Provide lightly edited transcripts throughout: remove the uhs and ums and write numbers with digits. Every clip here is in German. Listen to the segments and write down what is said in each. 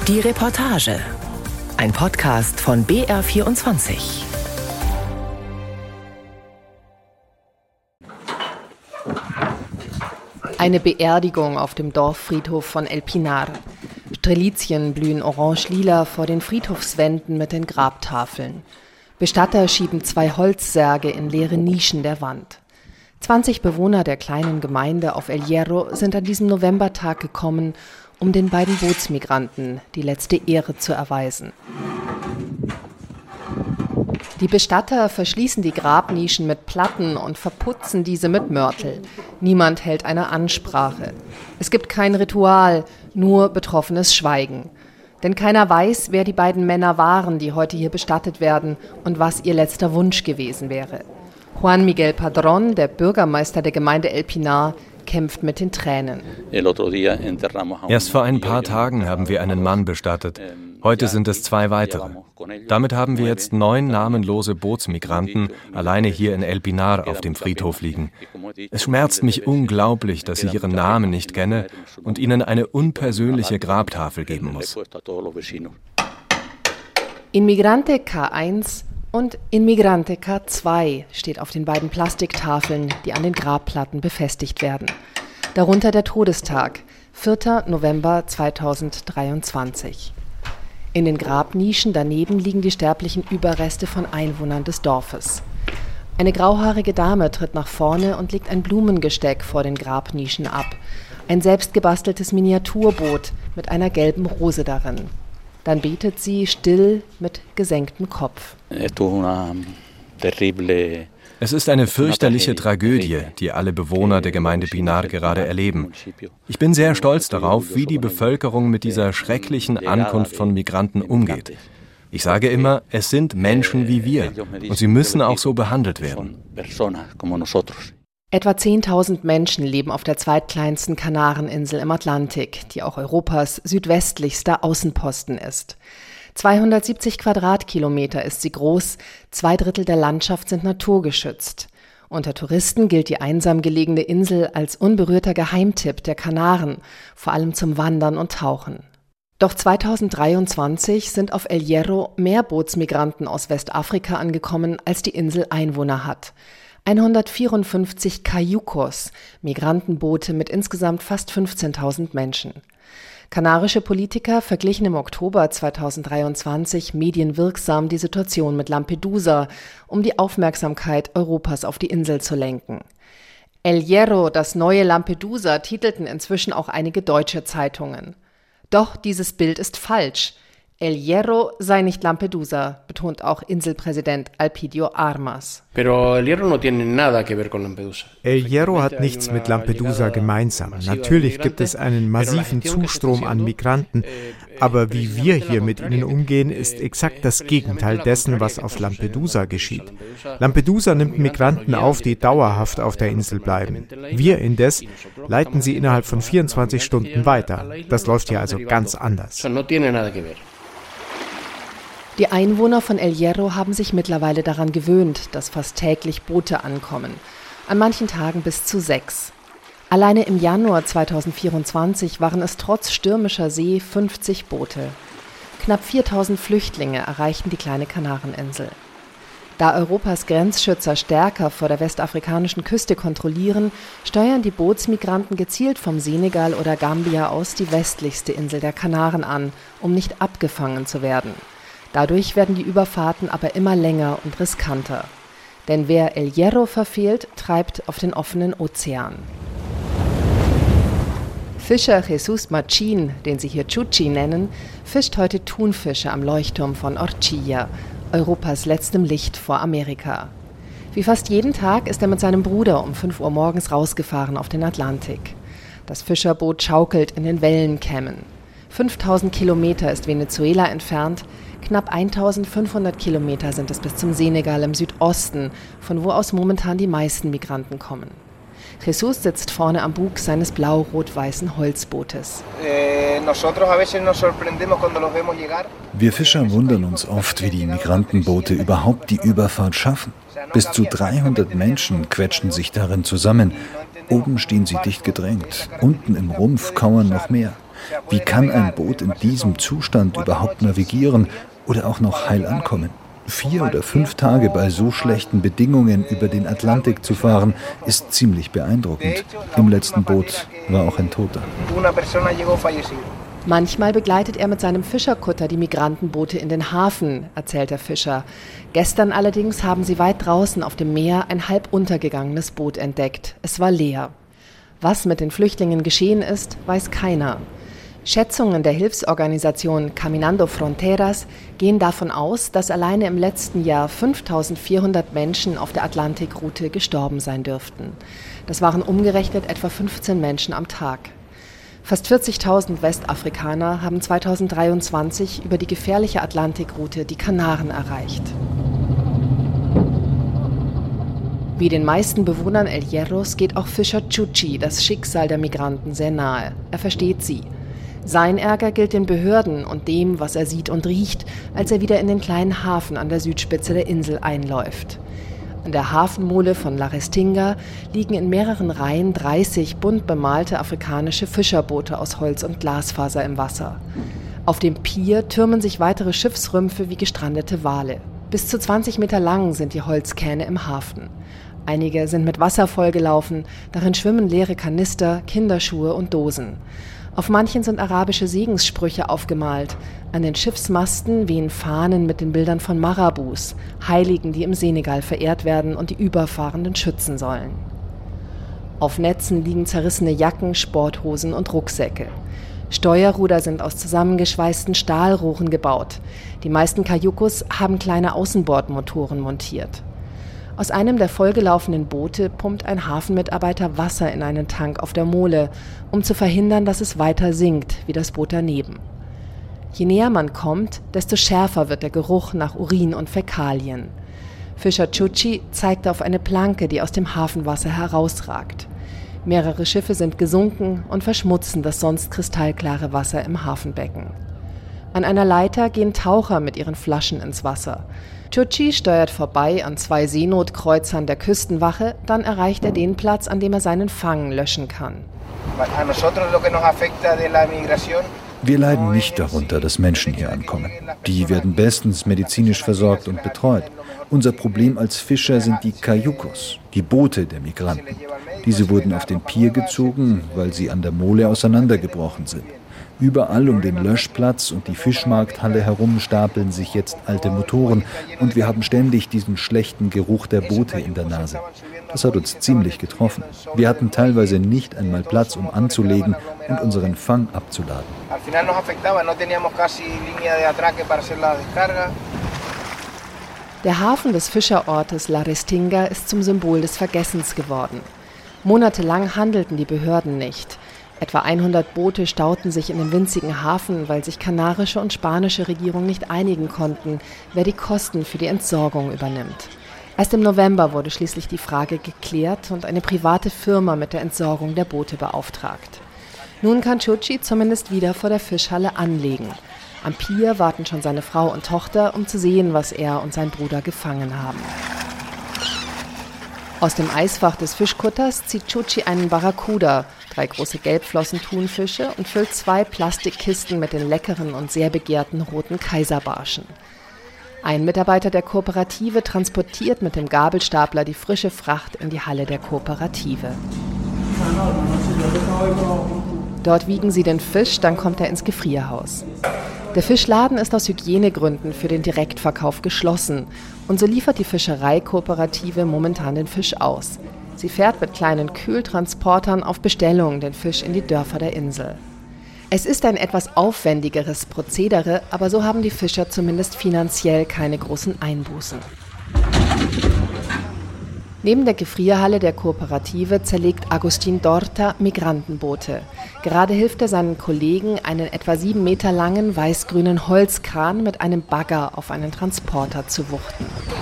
Die Reportage. Ein Podcast von BR24. Eine Beerdigung auf dem Dorffriedhof von El Pinar. Strelizien blühen orange-lila vor den Friedhofswänden mit den Grabtafeln. Bestatter schieben 2 Holzsärge in leere Nischen der Wand. 20 Bewohner der kleinen Gemeinde auf El Hierro sind an diesem Novembertag gekommen, um den beiden Bootsmigranten die letzte Ehre zu erweisen. Die Bestatter verschließen die Grabnischen mit Platten und verputzen diese mit Mörtel. Niemand hält eine Ansprache. Es gibt kein Ritual, nur betroffenes Schweigen. Denn keiner weiß, wer die beiden Männer waren, die heute hier bestattet werden und was ihr letzter Wunsch gewesen wäre. Juan Miguel Padrón, der Bürgermeister der Gemeinde El Pinar, kämpft mit den Tränen. Erst vor ein paar Tagen haben wir einen Mann bestattet. Heute sind es 2 weitere. Damit haben wir jetzt 9 namenlose Bootsmigranten alleine hier in El Pinar auf dem Friedhof liegen. Es schmerzt mich unglaublich, dass ich ihren Namen nicht kenne und ihnen eine unpersönliche Grabtafel geben muss. Inmigrante K1 und Inmigrante K2 steht auf den beiden Plastiktafeln, die an den Grabplatten befestigt werden. Darunter der Todestag, 4. November 2023. In den Grabnischen daneben liegen die sterblichen Überreste von Einwohnern des Dorfes. Eine grauhaarige Dame tritt nach vorne und legt ein Blumengesteck vor den Grabnischen ab. Ein selbstgebasteltes Miniaturboot mit einer gelben Rose darin. Dann betet sie still mit gesenktem Kopf. Es ist eine fürchterliche Tragödie, die alle Bewohner der Gemeinde Pinar gerade erleben. Ich bin sehr stolz darauf, wie die Bevölkerung mit dieser schrecklichen Ankunft von Migranten umgeht. Ich sage immer, es sind Menschen wie wir und sie müssen auch so behandelt werden. Etwa 10.000 Menschen leben auf der zweitkleinsten Kanareninsel im Atlantik, die auch Europas südwestlichster Außenposten ist. 270 Quadratkilometer ist sie groß, 2/3 der Landschaft sind naturgeschützt. Unter Touristen gilt die einsam gelegene Insel als unberührter Geheimtipp der Kanaren, vor allem zum Wandern und Tauchen. Doch 2023 sind auf El Hierro mehr Bootsmigranten aus Westafrika angekommen, als die Insel Einwohner hat. 154 Cayucos, Migrantenboote mit insgesamt fast 15.000 Menschen. Kanarische Politiker verglichen im Oktober 2023 medienwirksam die Situation mit Lampedusa, um die Aufmerksamkeit Europas auf die Insel zu lenken. El Hierro, das neue Lampedusa, titelten inzwischen auch einige deutsche Zeitungen. Doch dieses Bild ist falsch. El Hierro sei nicht Lampedusa, betont auch Inselpräsident Alpidio Armas. El Hierro hat nichts mit Lampedusa gemeinsam. Natürlich gibt es einen massiven Zustrom an Migranten, aber wie wir hier mit ihnen umgehen, ist exakt das Gegenteil dessen, was auf Lampedusa geschieht. Lampedusa nimmt Migranten auf, die dauerhaft auf der Insel bleiben. Wir indes leiten sie innerhalb von 24 Stunden weiter. Das läuft hier also ganz anders. Die Einwohner von El Hierro haben sich mittlerweile daran gewöhnt, dass fast täglich Boote ankommen. An manchen Tagen bis zu 6. Alleine im Januar 2024 waren es trotz stürmischer See 50 Boote. Knapp 4.000 Flüchtlinge erreichten die kleine Kanareninsel. Da Europas Grenzschützer stärker vor der westafrikanischen Küste kontrollieren, steuern die Bootsmigranten gezielt vom Senegal oder Gambia aus die westlichste Insel der Kanaren an, um nicht abgefangen zu werden. Dadurch werden die Überfahrten aber immer länger und riskanter. Denn wer El Hierro verfehlt, treibt auf den offenen Ozean. Fischer Jesus Machin, den sie hier Chuchi nennen, fischt heute Thunfische am Leuchtturm von Orchilla, Europas letztem Licht vor Amerika. Wie fast jeden Tag ist er mit seinem Bruder um 5 Uhr morgens rausgefahren auf den Atlantik. Das Fischerboot schaukelt in den Wellenkämmen. 5.000 Kilometer ist Venezuela entfernt, knapp 1.500 Kilometer sind es bis zum Senegal im Südosten, von wo aus momentan die meisten Migranten kommen. Jesus sitzt vorne am Bug seines blau-rot-weißen Holzbootes. Wir Fischer wundern uns oft, wie die Migrantenboote überhaupt die Überfahrt schaffen. Bis zu 300 Menschen quetschen sich darin zusammen. Oben stehen sie dicht gedrängt, unten im Rumpf kauern noch mehr. Wie kann ein Boot in diesem Zustand überhaupt navigieren oder auch noch heil ankommen? 4 oder 5 Tage bei so schlechten Bedingungen über den Atlantik zu fahren, ist ziemlich beeindruckend. Im letzten Boot war auch ein Toter. Manchmal begleitet er mit seinem Fischerkutter die Migrantenboote in den Hafen, erzählt der Fischer. Gestern allerdings haben sie weit draußen auf dem Meer ein halb untergegangenes Boot entdeckt. Es war leer. Was mit den Flüchtlingen geschehen ist, weiß keiner. Schätzungen der Hilfsorganisation Caminando Fronteras gehen davon aus, dass alleine im letzten Jahr 5.400 Menschen auf der Atlantikroute gestorben sein dürften. Das waren umgerechnet etwa 15 Menschen am Tag. Fast 40.000 Westafrikaner haben 2023 über die gefährliche Atlantikroute die Kanaren erreicht. Wie den meisten Bewohnern El Hierros geht auch Fischer Chuchi das Schicksal der Migranten sehr nahe. Er versteht sie. Sein Ärger gilt den Behörden und dem, was er sieht und riecht, als er wieder in den kleinen Hafen an der Südspitze der Insel einläuft. An der Hafenmole von La Restinga liegen in mehreren Reihen 30 bunt bemalte afrikanische Fischerboote aus Holz und Glasfaser im Wasser. Auf dem Pier türmen sich weitere Schiffsrümpfe wie gestrandete Wale. Bis zu 20 Meter lang sind die Holzkähne im Hafen. Einige sind mit Wasser vollgelaufen, darin schwimmen leere Kanister, Kinderschuhe und Dosen. Auf manchen sind arabische Segenssprüche aufgemalt. An den Schiffsmasten wehen Fahnen mit den Bildern von Marabus, Heiligen, die im Senegal verehrt werden und die Überfahrenden schützen sollen. Auf Netzen liegen zerrissene Jacken, Sporthosen und Rucksäcke. Steuerruder sind aus zusammengeschweißten Stahlrohren gebaut. Die meisten Kayukos haben kleine Außenbordmotoren montiert. Aus einem der vollgelaufenen Boote pumpt ein Hafenmitarbeiter Wasser in einen Tank auf der Mole, um zu verhindern, dass es weiter sinkt, wie das Boot daneben. Je näher man kommt, desto schärfer wird der Geruch nach Urin und Fäkalien. Fischer Chuchi zeigt auf eine Planke, die aus dem Hafenwasser herausragt. Mehrere Schiffe sind gesunken und verschmutzen das sonst kristallklare Wasser im Hafenbecken. An einer Leiter gehen Taucher mit ihren Flaschen ins Wasser. Chuchi steuert vorbei an 2 Seenotkreuzern der Küstenwache, dann erreicht er den Platz, an dem er seinen Fang löschen kann. Wir leiden nicht darunter, dass Menschen hier ankommen. Die werden bestens medizinisch versorgt und betreut. Unser Problem als Fischer sind die Kayukos, die Boote der Migranten. Diese wurden auf den Pier gezogen, weil sie an der Mole auseinandergebrochen sind. Überall um den Löschplatz und die Fischmarkthalle herum stapeln sich jetzt alte Motoren und wir haben ständig diesen schlechten Geruch der Boote in der Nase. Das hat uns ziemlich getroffen. Wir hatten teilweise nicht einmal Platz, um anzulegen und unseren Fang abzuladen. Der Hafen des Fischerortes La Restinga ist zum Symbol des Vergessens geworden. Monatelang handelten die Behörden nicht. Etwa 100 Boote stauten sich in dem winzigen Hafen, weil sich kanarische und spanische Regierungen nicht einigen konnten, wer die Kosten für die Entsorgung übernimmt. Erst im November wurde schließlich die Frage geklärt und eine private Firma mit der Entsorgung der Boote beauftragt. Nun kann Chuchi zumindest wieder vor der Fischhalle anlegen. Am Pier warten schon seine Frau und Tochter, um zu sehen, was er und sein Bruder gefangen haben. Aus dem Eisfach des Fischkutters zieht Chuchi einen Barracuda, 3 große Gelbflossen-Thunfische und füllt 2 Plastikkisten mit den leckeren und sehr begehrten roten Kaiserbarschen. Ein Mitarbeiter der Kooperative transportiert mit dem Gabelstapler die frische Fracht in die Halle der Kooperative. Dort wiegen sie den Fisch, dann kommt er ins Gefrierhaus. Der Fischladen ist aus Hygienegründen für den Direktverkauf geschlossen und so liefert die Fischereikooperative momentan den Fisch aus. Sie fährt mit kleinen Kühltransportern auf Bestellung den Fisch in die Dörfer der Insel. Es ist ein etwas aufwendigeres Prozedere, aber so haben die Fischer zumindest finanziell keine großen Einbußen. Neben der Gefrierhalle der Kooperative zerlegt Agustin Dorta Migrantenboote. Gerade hilft er seinen Kollegen, einen etwa 7 Meter langen weiß-grünen Holzkran mit einem Bagger auf einen Transporter zu wuchten.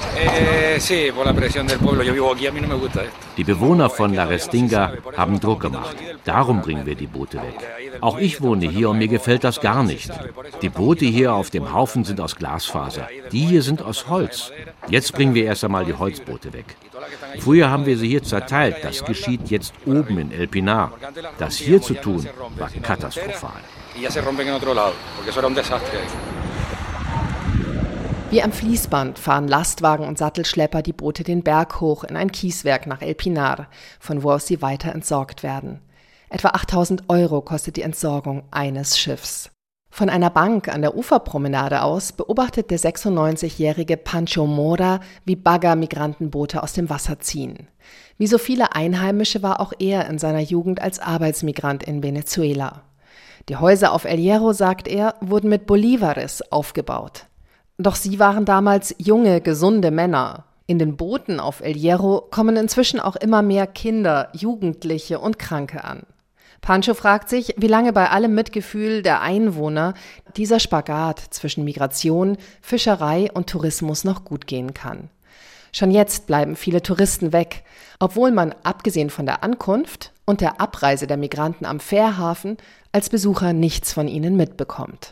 Die Bewohner von La Restinga haben Druck gemacht. Darum bringen wir die Boote weg. Auch ich wohne hier und mir gefällt das gar nicht. Die Boote hier auf dem Haufen sind aus Glasfaser. Die hier sind aus Holz. Jetzt bringen wir erst einmal die Holzboote weg. Früher haben wir sie hier zerteilt. Das geschieht jetzt oben in El Pinar. Das hier zu tun, war katastrophal. Wie am Fließband fahren Lastwagen und Sattelschlepper die Boote den Berg hoch in ein Kieswerk nach El Pinar, von wo aus sie weiter entsorgt werden. Etwa 8.000 € kostet die Entsorgung eines Schiffs. Von einer Bank an der Uferpromenade aus beobachtet der 96-jährige Pancho Mora, wie Bagger Migrantenboote aus dem Wasser ziehen. Wie so viele Einheimische war auch er in seiner Jugend als Arbeitsmigrant in Venezuela. Die Häuser auf El Hierro, sagt er, wurden mit Bolívares aufgebaut. Doch sie waren damals junge, gesunde Männer. In den Booten auf El Hierro kommen inzwischen auch immer mehr Kinder, Jugendliche und Kranke an. Pancho fragt sich, wie lange bei allem Mitgefühl der Einwohner dieser Spagat zwischen Migration, Fischerei und Tourismus noch gut gehen kann. Schon jetzt bleiben viele Touristen weg, obwohl man, abgesehen von der Ankunft und der Abreise der Migranten am Fährhafen, als Besucher nichts von ihnen mitbekommt.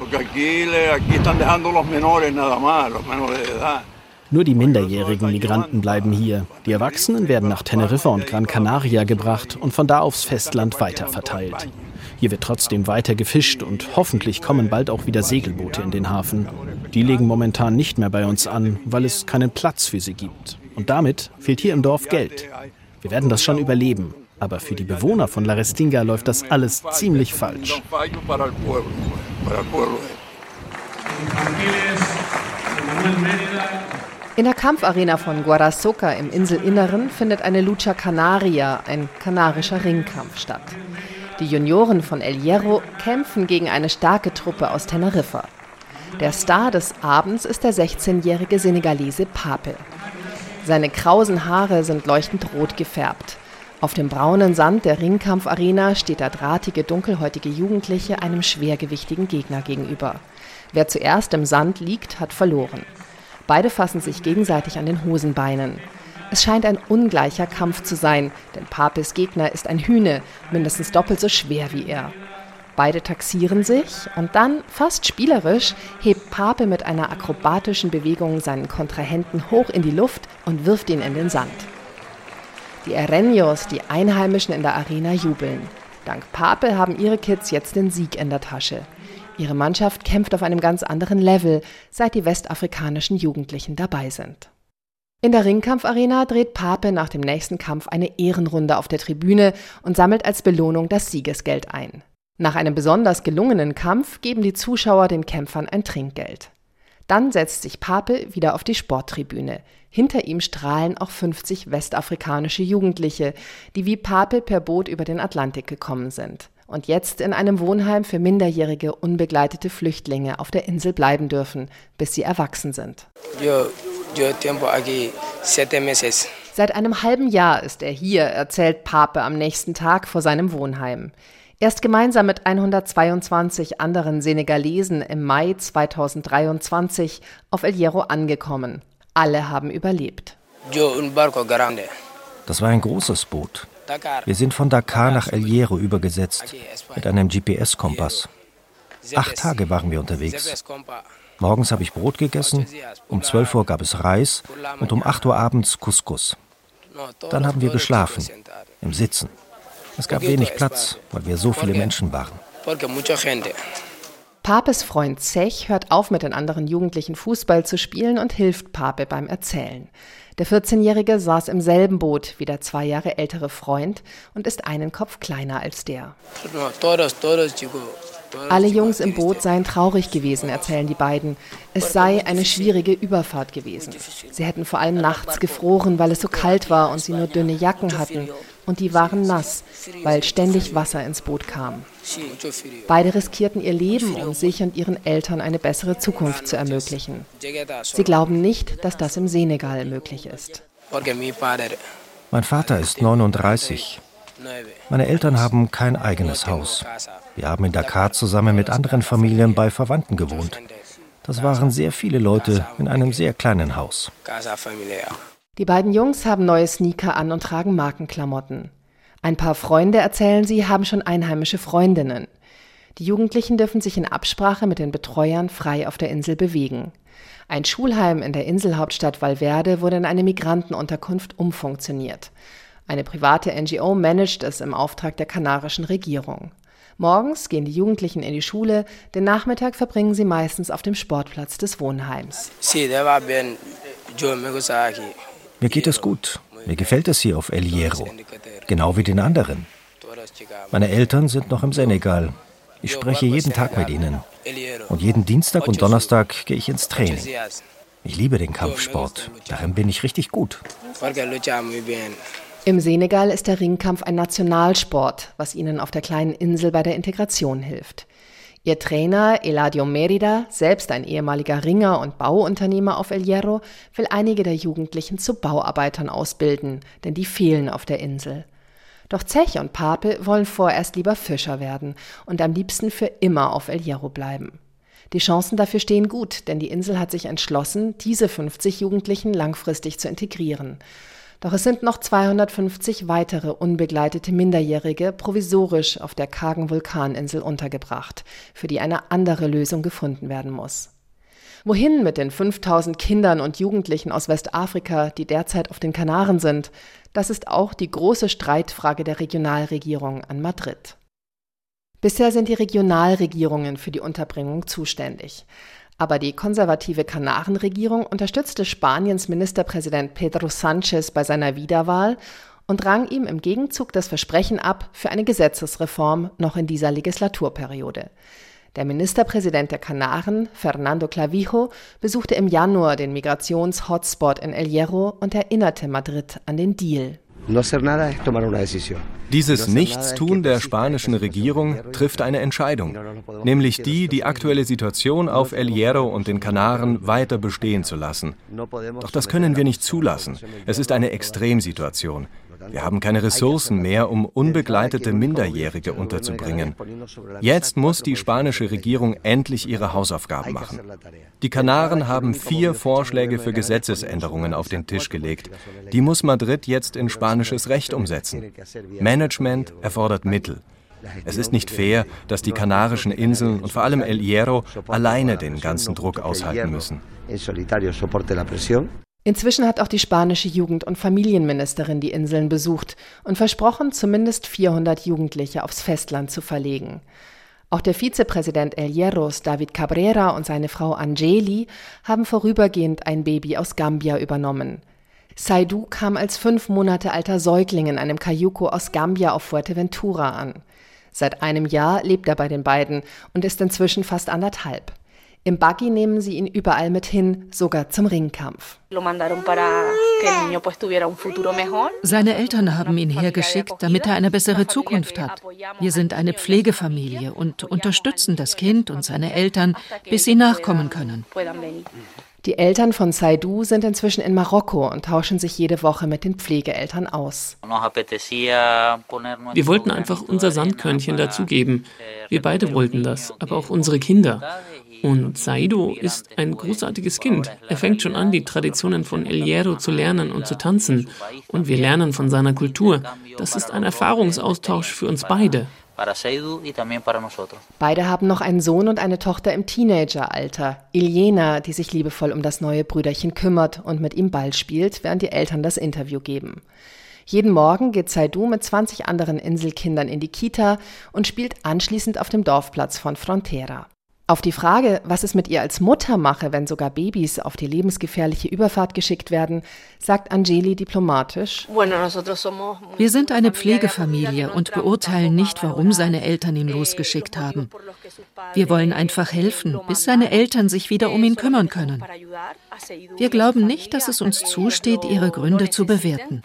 Nur die minderjährigen Migranten bleiben hier. Die Erwachsenen werden nach Teneriffa und Gran Canaria gebracht und von da aufs Festland weiterverteilt. Hier wird trotzdem weiter gefischt und hoffentlich kommen bald auch wieder Segelboote in den Hafen. Die legen momentan nicht mehr bei uns an, weil es keinen Platz für sie gibt. Und damit fehlt hier im Dorf Geld. Wir werden das schon überleben. Aber für die Bewohner von La Restinga läuft das alles ziemlich falsch. In der Kampfarena von Guarasoca im Inselinneren findet eine Lucha Canaria, ein kanarischer Ringkampf, statt. Die Junioren von El Hierro kämpfen gegen eine starke Truppe aus Teneriffa. Der Star des Abends ist der 16-jährige Senegalese Pape. Seine krausen Haare sind leuchtend rot gefärbt. Auf dem braunen Sand der Ringkampfarena steht der drahtige, dunkelhäutige Jugendliche einem schwergewichtigen Gegner gegenüber. Wer zuerst im Sand liegt, hat verloren. Beide fassen sich gegenseitig an den Hosenbeinen. Es scheint ein ungleicher Kampf zu sein, denn Papes Gegner ist ein Hühne, mindestens doppelt so schwer wie er. Beide taxieren sich und dann, fast spielerisch, hebt Pape mit einer akrobatischen Bewegung seinen Kontrahenten hoch in die Luft und wirft ihn in den Sand. Die Ereños, die Einheimischen in der Arena, jubeln. Dank Pape haben ihre Kids jetzt den Sieg in der Tasche. Ihre Mannschaft kämpft auf einem ganz anderen Level, seit die westafrikanischen Jugendlichen dabei sind. In der Ringkampfarena dreht Pape nach dem nächsten Kampf eine Ehrenrunde auf der Tribüne und sammelt als Belohnung das Siegesgeld ein. Nach einem besonders gelungenen Kampf geben die Zuschauer den Kämpfern ein Trinkgeld. Dann setzt sich Pape wieder auf die Sporttribüne. Hinter ihm strahlen auch 50 westafrikanische Jugendliche, die wie Pape per Boot über den Atlantik gekommen sind und jetzt in einem Wohnheim für minderjährige, unbegleitete Flüchtlinge auf der Insel bleiben dürfen, bis sie erwachsen sind. Seit einem halben Jahr ist er hier, erzählt Pape am nächsten Tag vor seinem Wohnheim. Er ist gemeinsam mit 122 anderen Senegalesen im Mai 2023 auf El Hierro angekommen. Alle haben überlebt. Das war ein großes Boot. Wir sind von Dakar nach El Hierro übergesetzt, mit einem GPS-Kompass. 8 Tage waren wir unterwegs. Morgens habe ich Brot gegessen, um 12 Uhr gab es Reis und um 8 Uhr abends Couscous. Dann haben wir geschlafen, im Sitzen. Es gab wenig Platz, weil wir so viele Menschen waren. Papes Freund Zech hört auf, mit den anderen Jugendlichen Fußball zu spielen und hilft Pape beim Erzählen. Der 14-Jährige saß im selben Boot wie der 2 Jahre ältere Freund und ist einen Kopf kleiner als der. Alle Jungs im Boot seien traurig gewesen, erzählen die beiden. Es sei eine schwierige Überfahrt gewesen. Sie hätten vor allem nachts gefroren, weil es so kalt war und sie nur dünne Jacken hatten. Und die waren nass, weil ständig Wasser ins Boot kam. Beide riskierten ihr Leben, um sich und ihren Eltern eine bessere Zukunft zu ermöglichen. Sie glauben nicht, dass das im Senegal möglich ist. Mein Vater ist 39. Meine Eltern haben kein eigenes Haus. Wir haben in Dakar zusammen mit anderen Familien bei Verwandten gewohnt. Das waren sehr viele Leute in einem sehr kleinen Haus. Die beiden Jungs haben neue Sneaker an und tragen Markenklamotten. Ein paar Freunde, erzählen sie, haben schon einheimische Freundinnen. Die Jugendlichen dürfen sich in Absprache mit den Betreuern frei auf der Insel bewegen. Ein Schulheim in der Inselhauptstadt Valverde wurde in eine Migrantenunterkunft umfunktioniert. Eine private NGO managt es im Auftrag der kanarischen Regierung. Morgens gehen die Jugendlichen in die Schule, den Nachmittag verbringen sie meistens auf dem Sportplatz des Wohnheims. Mir geht es gut. Mir gefällt es hier auf El Hierro. Genau wie den anderen. Meine Eltern sind noch im Senegal. Ich spreche jeden Tag mit ihnen. Und jeden Dienstag und Donnerstag gehe ich ins Training. Ich liebe den Kampfsport. Darin bin ich richtig gut. Im Senegal ist der Ringkampf ein Nationalsport, was ihnen auf der kleinen Insel bei der Integration hilft. Ihr Trainer Eladio Merida, selbst ein ehemaliger Ringer und Bauunternehmer auf El Hierro, will einige der Jugendlichen zu Bauarbeitern ausbilden, denn die fehlen auf der Insel. Doch Zech und Pape wollen vorerst lieber Fischer werden und am liebsten für immer auf El Hierro bleiben. Die Chancen dafür stehen gut, denn die Insel hat sich entschlossen, diese 50 Jugendlichen langfristig zu integrieren. Doch es sind noch 250 weitere unbegleitete Minderjährige provisorisch auf der kargen Vulkaninsel untergebracht, für die eine andere Lösung gefunden werden muss. Wohin mit den 5000 Kindern und Jugendlichen aus Westafrika, die derzeit auf den Kanaren sind, das ist auch die große Streitfrage der Regionalregierung an Madrid. Bisher sind die Regionalregierungen für die Unterbringung zuständig. Aber die konservative Kanarenregierung unterstützte Spaniens Ministerpräsident Pedro Sánchez bei seiner Wiederwahl und rang ihm im Gegenzug das Versprechen ab für eine Gesetzesreform noch in dieser Legislaturperiode. Der Ministerpräsident der Kanaren, Fernando Clavijo, besuchte im Januar den Migrations-Hotspot in El Hierro und erinnerte Madrid an den Deal. Dieses Nichtstun der spanischen Regierung trifft eine Entscheidung, nämlich die aktuelle Situation auf El Hierro und den Kanaren weiter bestehen zu lassen. Doch das können wir nicht zulassen. Es ist eine Extremsituation. Wir haben keine Ressourcen mehr, um unbegleitete Minderjährige unterzubringen. Jetzt muss die spanische Regierung endlich ihre Hausaufgaben machen. Die Kanaren haben 4 Vorschläge für Gesetzesänderungen auf den Tisch gelegt. Die muss Madrid jetzt in spanisches Recht umsetzen. Management erfordert Mittel. Es ist nicht fair, dass die Kanarischen Inseln und vor allem El Hierro alleine den ganzen Druck aushalten müssen. Inzwischen hat auch die spanische Jugend- und Familienministerin die Inseln besucht und versprochen, zumindest 400 Jugendliche aufs Festland zu verlegen. Auch der Vizepräsident El Hierros, David Cabrera, und seine Frau Angeli haben vorübergehend ein Baby aus Gambia übernommen. Saidu kam als 5 Monate alter Säugling in einem Cayuco aus Gambia auf Fuerteventura an. Seit einem Jahr lebt er bei den beiden und ist inzwischen fast 1,5. Im Buggy nehmen sie ihn überall mit hin, sogar zum Ringkampf. Seine Eltern haben ihn hergeschickt, damit er eine bessere Zukunft hat. Wir sind eine Pflegefamilie und unterstützen das Kind und seine Eltern, bis sie nachkommen können. Die Eltern von Saidu sind inzwischen in Marokko und tauschen sich jede Woche mit den Pflegeeltern aus. Wir wollten einfach unser Sandkörnchen dazugeben. Wir beide wollten das, aber auch unsere Kinder. Und Saidu ist ein großartiges Kind. Er fängt schon an, die Traditionen von El Hierro zu lernen und zu tanzen. Und wir lernen von seiner Kultur. Das ist ein Erfahrungsaustausch für uns beide. Beide haben noch einen Sohn und eine Tochter im Teenageralter, Iljena, die sich liebevoll um das neue Brüderchen kümmert und mit ihm Ball spielt, während die Eltern das Interview geben. Jeden Morgen geht Saidu mit 20 anderen Inselkindern in die Kita und spielt anschließend auf dem Dorfplatz von Frontera. Auf die Frage, was es mit ihr als Mutter mache, wenn sogar Babys auf die lebensgefährliche Überfahrt geschickt werden, sagt Angeli diplomatisch: Wir sind eine Pflegefamilie und beurteilen nicht, warum seine Eltern ihn losgeschickt haben. Wir wollen einfach helfen, bis seine Eltern sich wieder um ihn kümmern können. Wir glauben nicht, dass es uns zusteht, ihre Gründe zu bewerten.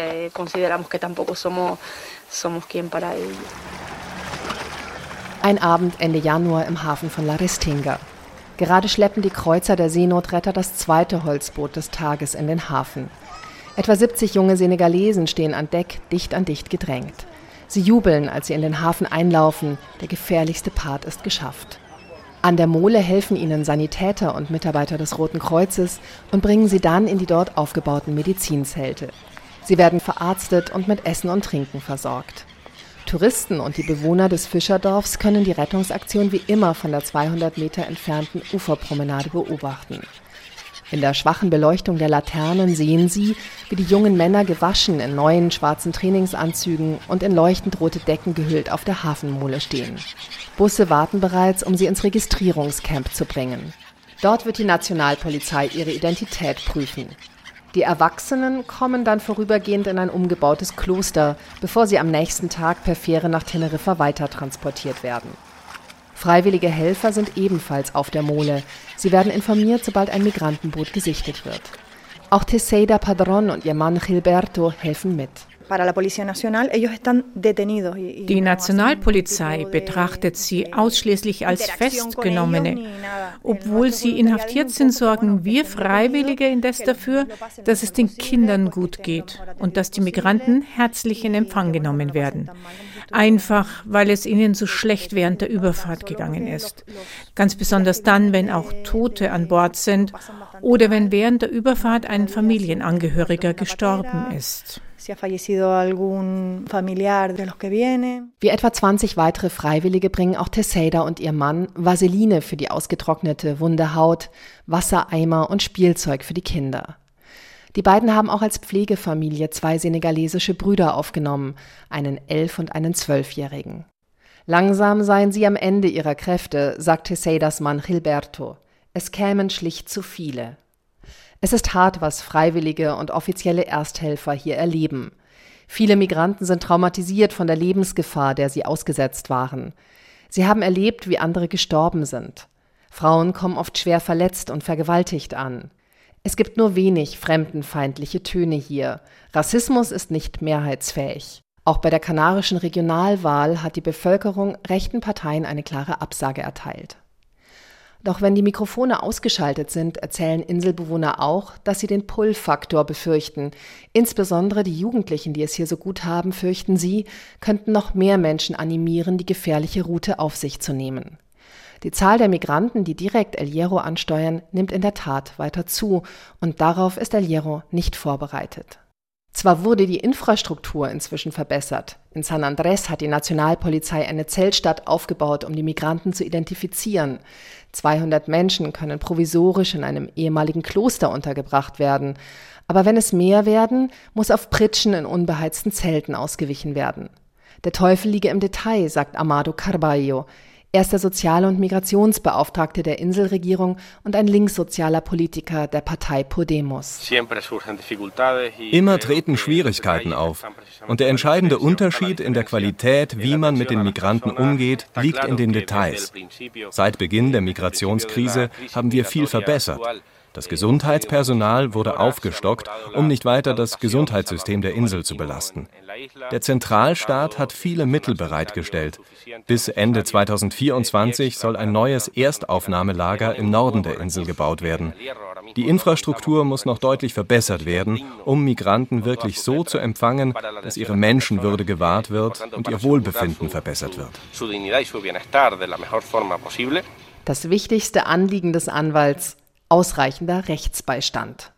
Ein Abend Ende Januar im Hafen von La Restinga. Gerade schleppen die Kreuzer der Seenotretter das 2. Holzboot des Tages in den Hafen. Etwa 70 junge Senegalesen stehen an Deck, dicht an dicht gedrängt. Sie jubeln, als sie in den Hafen einlaufen. Der gefährlichste Part ist geschafft. An der Mole helfen ihnen Sanitäter und Mitarbeiter des Roten Kreuzes und bringen sie dann in die dort aufgebauten Medizinzelte. Sie werden verarztet und mit Essen und Trinken versorgt. Touristen und die Bewohner des Fischerdorfs können die Rettungsaktion wie immer von der 200 Meter entfernten Uferpromenade beobachten. In der schwachen Beleuchtung der Laternen sehen sie, wie die jungen Männer gewaschen in neuen schwarzen Trainingsanzügen und in leuchtend rote Decken gehüllt auf der Hafenmole stehen. Busse warten bereits, um sie ins Registrierungscamp zu bringen. Dort wird die Nationalpolizei ihre Identität prüfen. Die Erwachsenen kommen dann vorübergehend in ein umgebautes Kloster, bevor sie am nächsten Tag per Fähre nach Teneriffa weitertransportiert werden. Freiwillige Helfer sind ebenfalls auf der Mole. Sie werden informiert, sobald ein Migrantenboot gesichtet wird. Auch Teseida Padrón und ihr Mann Gilberto helfen mit. Die Nationalpolizei betrachtet sie ausschließlich als Festgenommene. Obwohl sie inhaftiert sind, sorgen wir Freiwillige indes dafür, dass es den Kindern gut geht und dass die Migranten herzlich in Empfang genommen werden. Einfach, weil es ihnen so schlecht während der Überfahrt gegangen ist. Ganz besonders dann, wenn auch Tote an Bord sind oder wenn während der Überfahrt ein Familienangehöriger gestorben ist. Wie etwa 20 weitere Freiwillige bringen auch Teseida und ihr Mann Vaseline für die ausgetrocknete, wunde Haut, Wassereimer und Spielzeug für die Kinder. Die beiden haben auch als Pflegefamilie 2 senegalesische Brüder aufgenommen, einen 11- und einen 12-Jährigen. Langsam seien sie am Ende ihrer Kräfte, sagt Teseidas Mann Gilberto. Es kämen schlicht zu viele. Es ist hart, was Freiwillige und offizielle Ersthelfer hier erleben. Viele Migranten sind traumatisiert von der Lebensgefahr, der sie ausgesetzt waren. Sie haben erlebt, wie andere gestorben sind. Frauen kommen oft schwer verletzt und vergewaltigt an. Es gibt nur wenig fremdenfeindliche Töne hier. Rassismus ist nicht mehrheitsfähig. Auch bei der kanarischen Regionalwahl hat die Bevölkerung rechten Parteien eine klare Absage erteilt. Doch wenn die Mikrofone ausgeschaltet sind, erzählen Inselbewohner auch, dass sie den Pull-Faktor befürchten. Insbesondere die Jugendlichen, die es hier so gut haben, fürchten sie, könnten noch mehr Menschen animieren, die gefährliche Route auf sich zu nehmen. Die Zahl der Migranten, die direkt El Hierro ansteuern, nimmt in der Tat weiter zu und darauf ist El Hierro nicht vorbereitet. Zwar wurde die Infrastruktur inzwischen verbessert. In San Andrés hat die Nationalpolizei eine Zeltstadt aufgebaut, um die Migranten zu identifizieren. 200 Menschen können provisorisch in einem ehemaligen Kloster untergebracht werden. Aber wenn es mehr werden, muss auf Pritschen in unbeheizten Zelten ausgewichen werden. Der Teufel liege im Detail, sagt Amado Carballo. Er ist der Sozial- und Migrationsbeauftragte der Inselregierung und ein linkssozialer Politiker der Partei Podemos. Immer treten Schwierigkeiten auf. Und der entscheidende Unterschied in der Qualität, wie man mit den Migranten umgeht, liegt in den Details. Seit Beginn der Migrationskrise haben wir viel verbessert. Das Gesundheitspersonal wurde aufgestockt, um nicht weiter das Gesundheitssystem der Insel zu belasten. Der Zentralstaat hat viele Mittel bereitgestellt. Bis Ende 2024 soll ein neues Erstaufnahmelager im Norden der Insel gebaut werden. Die Infrastruktur muss noch deutlich verbessert werden, um Migranten wirklich so zu empfangen, dass ihre Menschenwürde gewahrt wird und ihr Wohlbefinden verbessert wird. Das wichtigste Anliegen des Anwalts: ausreichender Rechtsbeistand.